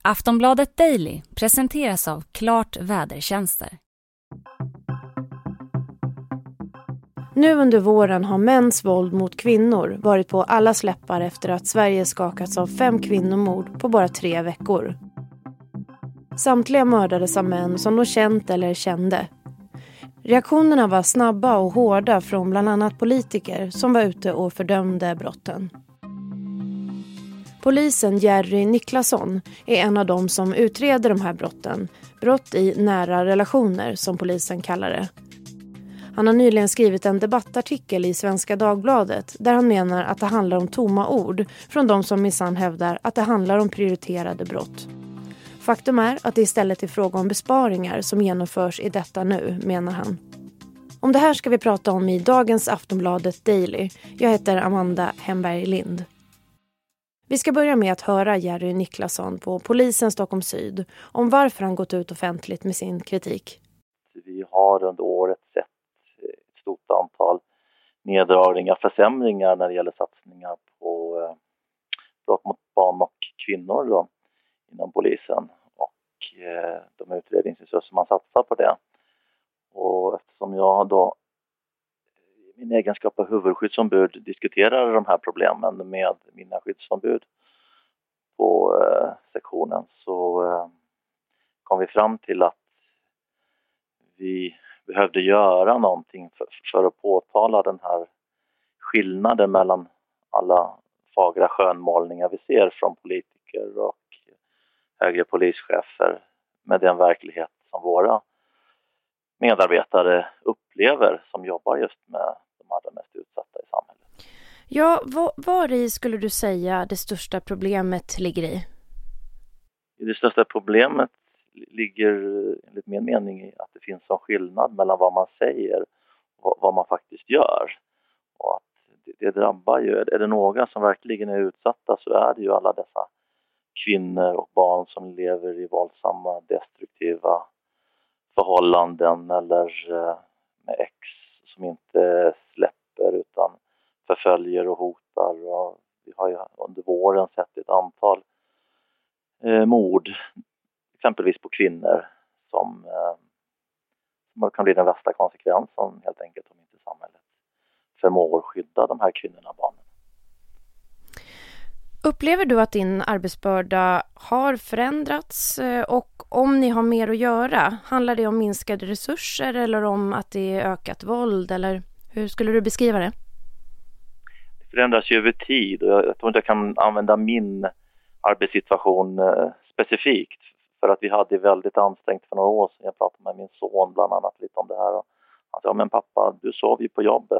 Aftonbladet Daily presenteras av Klart Vädertjänster. Nu under våren har mäns våld mot kvinnor varit på alla släppar efter att Sverige skakats av 5 kvinnomord på bara 3 veckor. Samtliga mördades av män som de känt eller kände. Reaktionerna var snabba och hårda från bland annat politiker som var ute och fördömde brotten. Polisen Jerry Niklasson är en av dem som utreder de här brotten. Brott i nära relationer som polisen kallar det. Han har nyligen skrivit en debattartikel i Svenska Dagbladet där han menar att det handlar om tomma ord från de som minsann hävdar att det handlar om prioriterade brott. Faktum är att det istället är fråga om besparingar som genomförs i detta nu, menar han. Om det här ska vi prata om i dagens Aftonbladet Daily. Jag heter Amanda Hemberg Lind. Vi ska börja med att höra Jerry Niklasson på polisen Stockholm Syd om varför han gått ut offentligt med sin kritik. Vi har under året sett ett stort antal neddragningar, försämringar när det gäller satsningar på brott mot barn och kvinnor då, inom polisen. Och de utredningsresurser man satsar på det. Och eftersom jag då i min egenskap av huvudskyddsombud diskuterar de här problemen med mina skyddsombud på sektionen, så kom vi fram till att vi behövde göra någonting för att påtala den här skillnaden mellan alla fagra skönmålningar vi ser från politiker och högre polischefer med den verklighet som våra medarbetare upplever som jobbar just med de allra mest utsatta i samhället. Ja, var i skulle du säga det största problemet ligger i? Det största problemet ligger enligt min mening i att det finns en skillnad mellan vad man säger och vad man faktiskt gör. Och att det drabbar ju, är det några som verkligen är utsatta så är det ju alla dessa kvinnor och barn som lever i våldsamma, destruktiva förhållanden eller med ex som inte släpper utan förföljer och hotar. Och vi har ju under våren sett ett antal mord, exempelvis på kvinnor, som kan bli den värsta konsekvensen helt enkelt om inte samhället förmår skydda de här kvinnorna och barnen. Upplever du att din arbetsbörda har förändrats och om ni har mer att göra, handlar det om minskade resurser eller om att det är ökat våld eller hur skulle du beskriva det? Det förändras ju över tid och jag tror inte jag kan använda min arbetssituation specifikt för att vi hade väldigt ansträngt för några år sedan. Jag pratade med min son bland annat lite om det här och han sa, men pappa, du sov ju på jobbet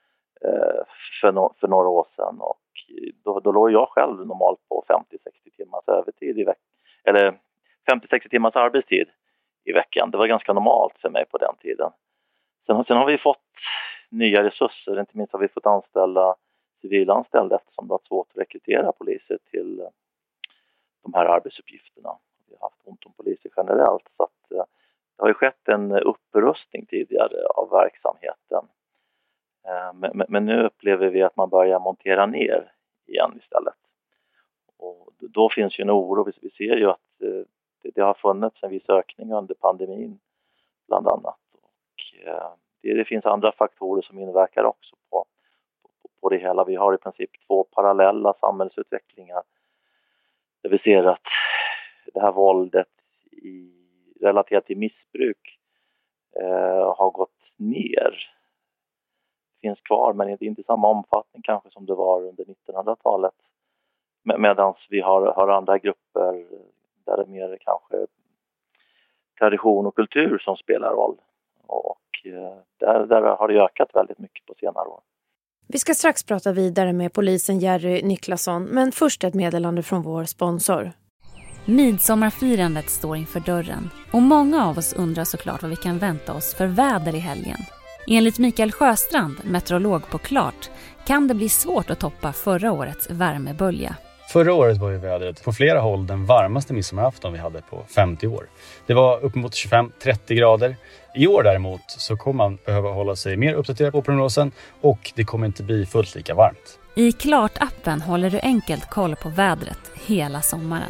för några år sedan och då låg jag själv normalt på 50-60 timmars övertid i veckan. Eller 50-60 timmars arbetstid i veckan. Det var ganska normalt för mig på den tiden. Sen har vi fått nya resurser. Inte minst har vi fått anställa civilanställda eftersom det var svårt att rekrytera poliser till de här arbetsuppgifterna. Vi har haft ont om poliser generellt. Så att det har ju skett en upprustning tidigare av verksamheten. Men nu upplever vi att man börjar montera ner igen istället. Och då finns ju en oro. Vi ser ju att det har funnits en viss ökning under pandemin bland annat. Och det finns andra faktorer som inverkar också på det hela. Vi har i princip 2 parallella samhällsutvecklingar. Där vi ser att det här våldet relaterat till missbruk har gått ner. Finns kvar men inte i samma omfattning kanske som det var under 1900-talet. Medan vi har andra grupper där det är mer kanske tradition och kultur som spelar roll. Och där har det ökat väldigt mycket på senare år. Vi ska strax prata vidare med polisen Jerry Niklasson, men först ett meddelande från vår sponsor. Midsommarfirandet står inför dörren och många av oss undrar såklart vad vi kan vänta oss för väder i helgen. Enligt Mikael Sjöstrand, meteorolog på Klart, kan det bli svårt att toppa förra årets värmebölja. Förra året var ju vädret på flera håll den varmaste midsommarafton vi hade på 50 år. Det var uppemot 25-30 grader. I år däremot så kommer man behöva hålla sig mer uppdaterad på prognosen och det kommer inte bli fullt lika varmt. I Klart-appen håller du enkelt koll på vädret hela sommaren.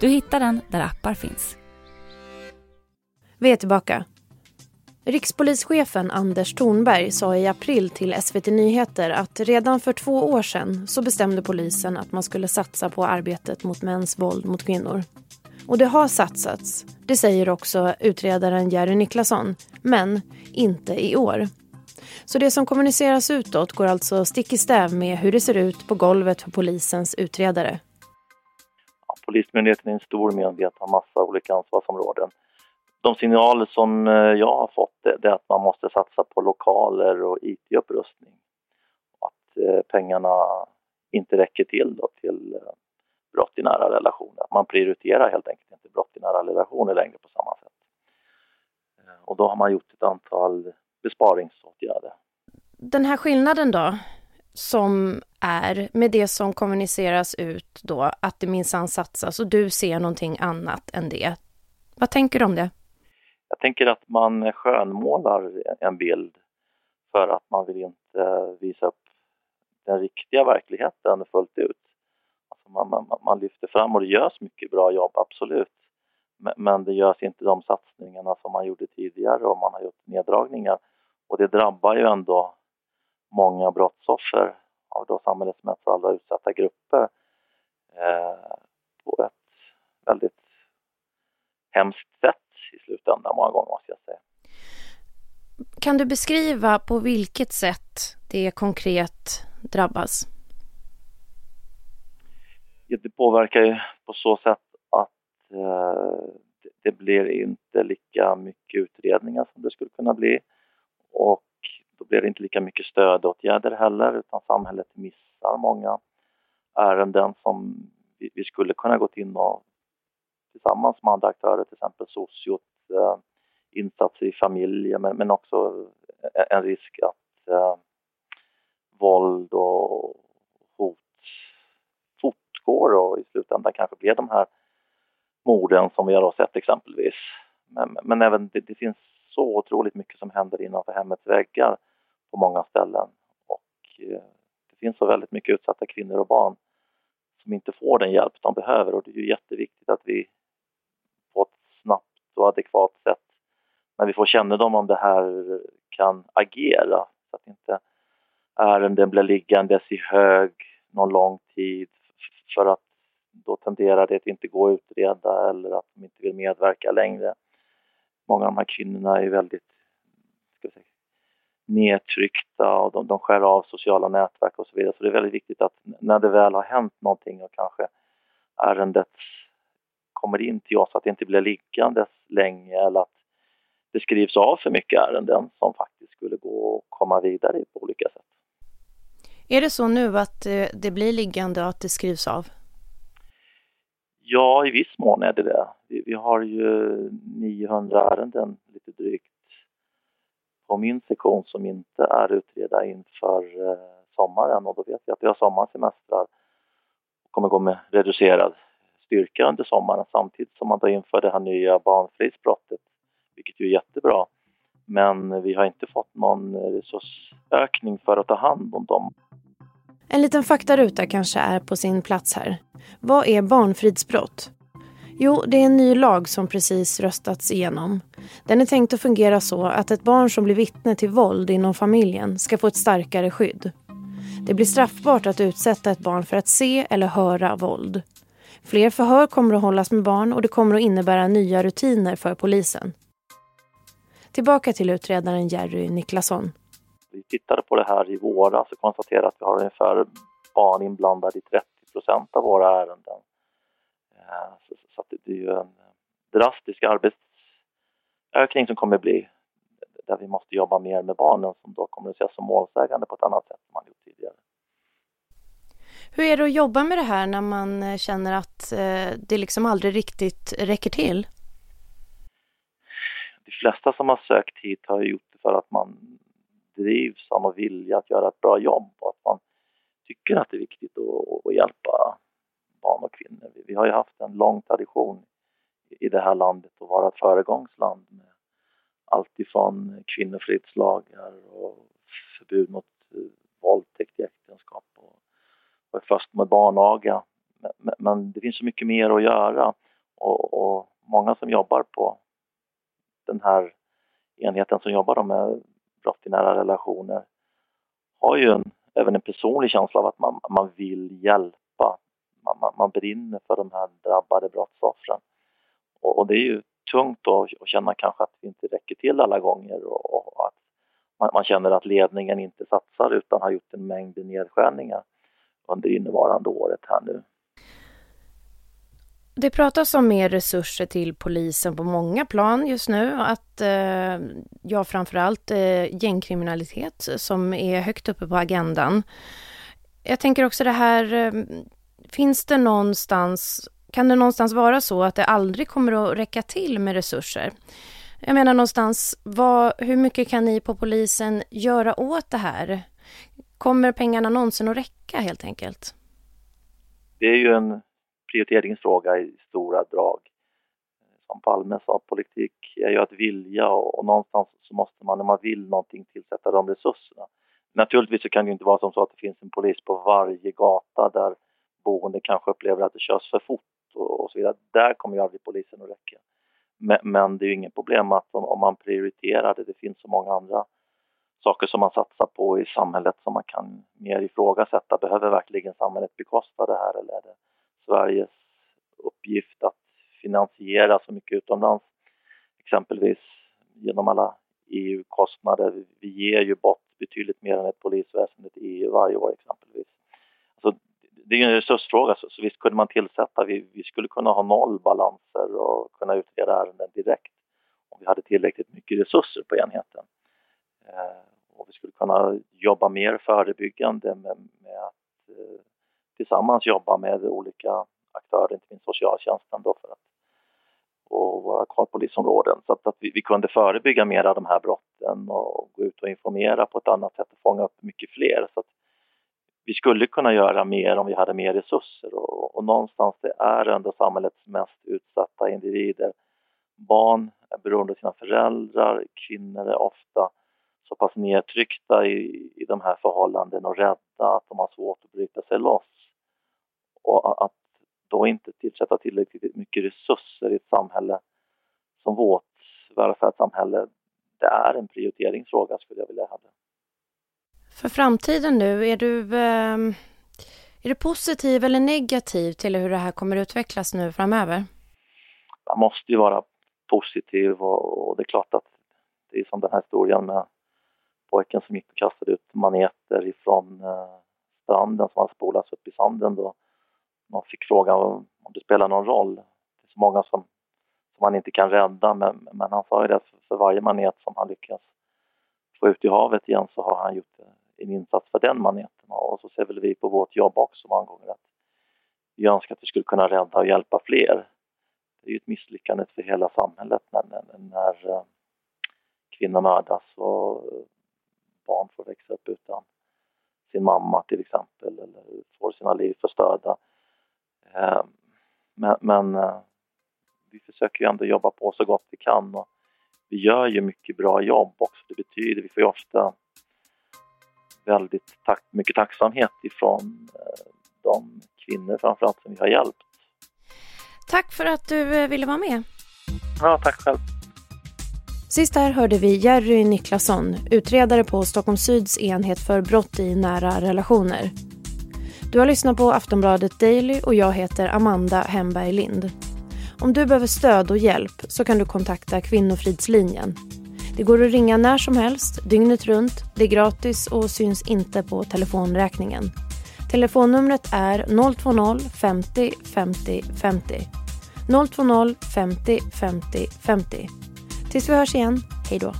Du hittar den där appar finns. Vi är tillbaka. Rikspolischefen Anders Thornberg sa i april till SVT Nyheter att redan för 2 år sedan så bestämde polisen att man skulle satsa på arbetet mot mäns våld mot kvinnor. Och det har satsats, det säger också utredaren Jerry Niklasson, men inte i år. Så det som kommuniceras utåt går alltså stick i stäv med hur det ser ut på golvet för polisens utredare. Ja, Polismyndigheten är en stor myndighet, har massa olika ansvarsområden. De signaler som jag har fått det är att man måste satsa på lokaler och IT-upprustning. Att pengarna inte räcker till brott i nära relationer. Att man prioriterar helt enkelt inte brott i nära relationer längre på samma sätt. Och då har man gjort ett antal besparingsåtgärder. Den här skillnaden då, som är med det som kommuniceras ut då, att det minsann satsas och du ser någonting annat än det. Vad tänker du om det? Jag tänker att man skönmålar en bild för att man vill inte visa upp den riktiga verkligheten fullt ut. Alltså man lyfter fram och det görs mycket bra jobb, absolut. Men det görs inte de satsningarna som man gjorde tidigare och man har gjort neddragningar. Och det drabbar ju ändå många brottsoffer av då samhällets mest alla utsatta grupper på ett väldigt hemskt sätt i slutändan många gånger, måste jag säga. Kan du beskriva på vilket sätt det konkret drabbas? Det påverkar ju på så sätt att det blir inte lika mycket utredningar som det skulle kunna bli. Och då blir det inte lika mycket stödåtgärder heller, utan samhället missar många ärenden som vi skulle kunna gå in och tillsammans med andra aktörer, till exempel sociot, insatser i familjer, men också en risk att våld och hot fortgår och i slutändan kanske blir de här morden som vi har sett exempelvis. Men även det finns så otroligt mycket som händer innanför hemmets väggar på många ställen. Och det finns så väldigt mycket utsatta kvinnor och barn som inte får den hjälp de behöver. Och det är ju jätteviktigt att vi på ett snabbt och adekvat sätt, när vi får kännedom om det här, kan agera. Så att inte ärenden blir liggandes i hög någon lång tid, för att då tenderar det att inte gå att utreda eller att de inte vill medverka längre. Många av de här kvinnorna är väldigt nedtryckta och de skär av sociala nätverk och så vidare. Så det är väldigt viktigt att när det väl har hänt någonting och kanske ärendet kommer in till oss, att det inte blir liggandes länge eller att det skrivs av för mycket ärenden som faktiskt skulle gå att komma vidare på olika sätt. Är det så nu att det blir liggande och att det skrivs av? Ja, i viss mån är det det. Vi har ju 900 ärenden lite drygt på min sektion som inte är utredda inför sommaren. Och då vet vi att vi har sommarsemestrar och kommer gå med reducerad styrka under sommaren, samtidigt som man då inför det här nya barnfridsbrottet, vilket ju är jättebra. Men vi har inte fått någon resursökning för att ta hand om dem. En liten faktaruta kanske är på sin plats här. Vad är barnfridsbrott? Jo, det är en ny lag som precis röstats igenom. Den är tänkt att fungera så att ett barn som blir vittne till våld inom familjen ska få ett starkare skydd. Det blir straffbart att utsätta ett barn för att se eller höra våld. Fler förhör kommer att hållas med barn och det kommer att innebära nya rutiner för polisen. Tillbaka till utredaren Jerry Niklasson. Vi tittade på det här i våras och konstaterade att vi har ungefär barn inblandade i 30% av våra ärenden. Så att det är ju en drastisk arbetsökning som kommer bli, där vi måste jobba mer med barnen som då kommer att ses som målsägande på ett annat sätt än man gjort tidigare. Hur är det att jobba med det här när man känner att det liksom aldrig riktigt räcker till? De flesta som har sökt hit har gjort det för att man drivs av och vilja att göra ett bra jobb och att man tycker att det är viktigt att hjälpa barn och kvinnor. Vi har ju haft en lång tradition i det här landet att vara ett föregångsland med allt ifrån kvinnofridslagar och förbud mot våldtäkt i äktenskap och först med barnaga. Men det finns så mycket mer att göra Och många som jobbar på den här enheten som jobbar med brott i nära relationer har ju även en personlig känsla av att man vill hjälpa. Man brinner för de här drabbade brottsoffren. Och det är ju tungt då att känna kanske att vi inte räcker till alla gånger och att man känner att ledningen inte satsar utan har gjort en mängd nedskärningar under innevarande året här nu. Det pratas om mer resurser till polisen på många plan just nu. Att framförallt gängkriminalitet som är högt uppe på agendan. Jag tänker också det här, kan det någonstans vara så att det aldrig kommer att räcka till med resurser? Jag menar någonstans, hur mycket kan ni på polisen göra åt det här? Kommer pengarna någonsin att räcka helt enkelt? Det är ju en prioriteringsfråga i stora drag. Som Palme sa, politik är ju att vilja och någonstans så måste man när man vill någonting tillsätta de resurserna. Naturligtvis så kan det inte vara som så att det finns en polis på varje gata där boende kanske upplever att det körs för fort och så vidare. Där kommer ju aldrig polisen att räcka. Men det är ju inget problem att om man prioriterar det finns så många andra saker som man satsar på i samhället som man kan mer ifrågasätta. Behöver verkligen samhället bekosta det här eller är det Sveriges uppgift att finansiera så mycket utomlands? Exempelvis genom alla EU-kostnader. Vi ger ju bort betydligt mer än ett polisväsende till EU varje år exempelvis. Alltså, det är ju en resursfråga så visst kunde man tillsätta, vi skulle kunna ha nollbalanser och kunna utreda ärenden direkt om vi hade tillräckligt mycket resurser på enheten. Och vi skulle kunna jobba mer förebyggande med att tillsammans jobba med olika aktörer, inte minst socialtjänsten då för att och våra lokalpolisområden så att vi kunde förebygga mer av de här brotten och gå ut och informera på ett annat sätt och fånga upp mycket fler så att vi skulle kunna göra mer om vi hade mer resurser och någonstans det är ändå samhällets mest utsatta individer. Barn är beroende av sina föräldrar, kvinnor är ofta så pass nedtryckta i de här förhållanden och rädda att de har svårt att bryta sig loss. Och att då inte tillsätta tillräckligt mycket resurser i ett samhälle som vårt välfärdssamhälle, det är en prioriteringsfråga skulle jag vilja hävda. För framtiden nu, är du positiv eller negativ till hur det här kommer utvecklas nu framöver? Man måste ju vara positiv och det är klart att det är som den här historien med pojken som gick och kastade ut maneter ifrån stranden som hade spolats upp i sanden då. Man fick frågan om det spelar någon roll. Det är så många som man inte kan rädda men han sa ju det för varje manet som han lyckas få ut i havet igen så har han gjort en insats för den maneten. Och så ser väl vi på vårt jobb också många gånger att vi önskar att vi skulle kunna rädda och hjälpa fler. Det är ju ett misslyckande för hela samhället när kvinnor mördas och barn får växa upp utan sin mamma till exempel eller får sina liv förstörda. Men vi försöker ju ändå jobba på så gott vi kan och vi gör ju mycket bra jobb också. Det betyder vi får ju ofta väldigt mycket tacksamhet ifrån de kvinnor framförallt som vi har hjälpt. Tack för att du ville vara med. Ja, tack själv. Sist här hörde vi Jerry Niklasson, utredare på Stockholm Syds enhet för brott i nära relationer. Du har lyssnat på Aftonbladet Daily och jag heter Amanda Hemberg Lind. Om du behöver stöd och hjälp så kan du kontakta Kvinnofridslinjen. Det går att ringa när som helst, dygnet runt, det är gratis och syns inte på telefonräkningen. Telefonnumret är 020 50 50 50. 020 50 50 50. Tills vi hörs igen, hej då.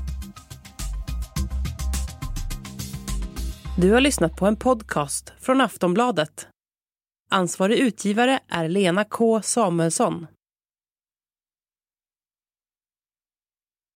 Du har lyssnat på en podcast från Aftonbladet. Ansvarig utgivare är Lena K. Samuelsson.